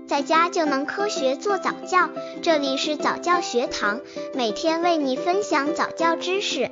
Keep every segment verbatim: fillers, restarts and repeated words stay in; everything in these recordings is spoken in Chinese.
在家就能科学做早教。这里是早教学堂，每天为你分享早教知识。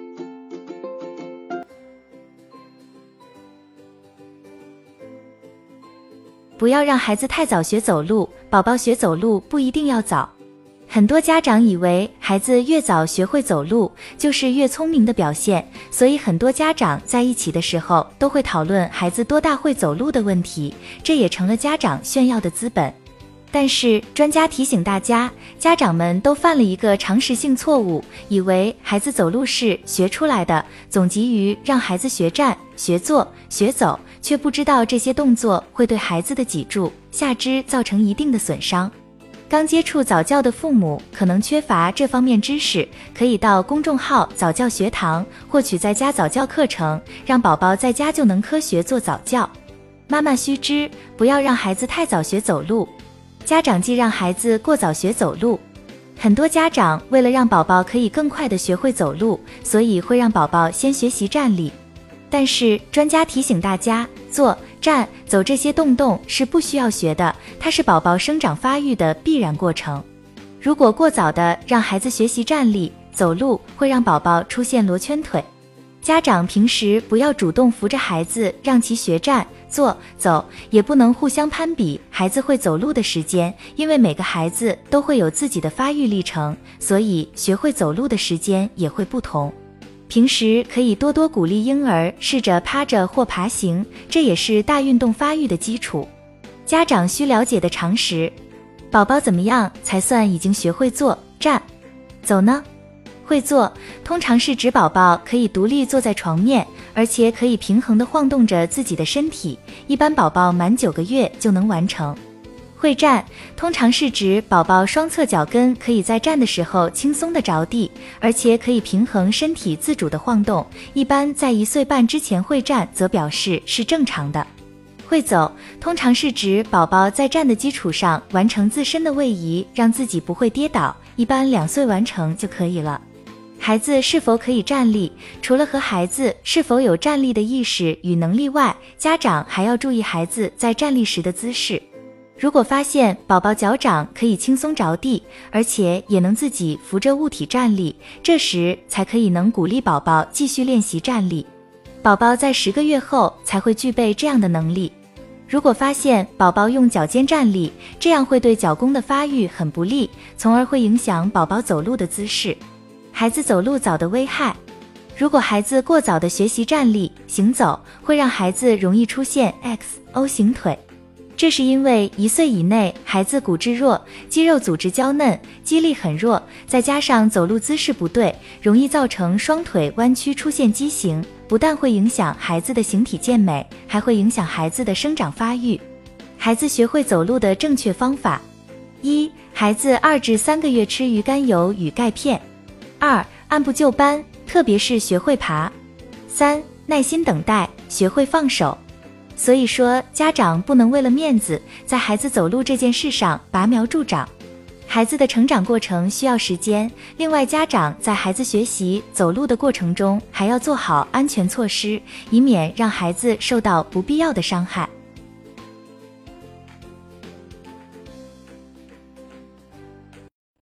不要让孩子太早学走路，宝宝学走路不一定要早。很多家长以为孩子越早学会走路就是越聪明的表现，所以很多家长在一起的时候都会讨论孩子多大会走路的问题，这也成了家长炫耀的资本。但是专家提醒大家，家长们都犯了一个常识性错误，以为孩子走路是学出来的，总急于让孩子学站、学坐、学走，却不知道这些动作会对孩子的脊柱、下肢造成一定的损伤。刚接触早教的父母可能缺乏这方面知识，可以到公众号早教学堂获取在家早教课程，让宝宝在家就能科学做早教。妈妈须知，不要让孩子太早学走路。家长忌让孩子过早学走路。很多家长为了让宝宝可以更快地学会走路，所以会让宝宝先学习站立。但是专家提醒大家，坐、站、走这些动动是不需要学的，它是宝宝生长发育的必然过程。如果过早的让孩子学习站立、走路，会让宝宝出现罗圈腿。家长平时不要主动扶着孩子让其学站、坐、走，也不能互相攀比孩子会走路的时间，因为每个孩子都会有自己的发育历程，所以学会走路的时间也会不同。平时可以多多鼓励婴儿试着趴着或爬行，这也是大运动发育的基础。家长需了解的常识：宝宝怎么样才算已经学会坐、站、走呢？会坐通常是指宝宝可以独立坐在床面，而且可以平衡地晃动着自己的身体，一般宝宝满九个月就能完成。会站通常是指宝宝双侧脚跟可以在站的时候轻松地着地，而且可以平衡身体自主的晃动，一般在一岁半之前会站则表示是正常的。会走通常是指宝宝在站的基础上完成自身的位移，让自己不会跌倒，一般两岁完成就可以了。孩子是否可以站立，除了和孩子是否有站立的意识与能力外，家长还要注意孩子在站立时的姿势。如果发现宝宝脚掌可以轻松着地，而且也能自己扶着物体站立，这时才可以能鼓励宝宝继续练习站立。宝宝在十个月后才会具备这样的能力。如果发现宝宝用脚尖站立，这样会对脚弓的发育很不利，从而会影响宝宝走路的姿势。孩子走路早的危害：如果孩子过早的学习站立、行走，会让孩子容易出现 X O 型腿。这是因为一岁以内孩子骨质弱，肌肉组织娇嫩，肌力很弱，再加上走路姿势不对，容易造成双腿弯曲出现畸形，不但会影响孩子的形体健美，还会影响孩子的生长发育。孩子学会走路的正确方法：一、孩子二至三个月吃鱼肝油与钙片；二、按部就班，特别是学会爬；三、耐心等待，学会放手。所以说，家长不能为了面子，在孩子走路这件事上拔苗助长。孩子的成长过程需要时间，另外家长在孩子学习走路的过程中，还要做好安全措施，以免让孩子受到不必要的伤害。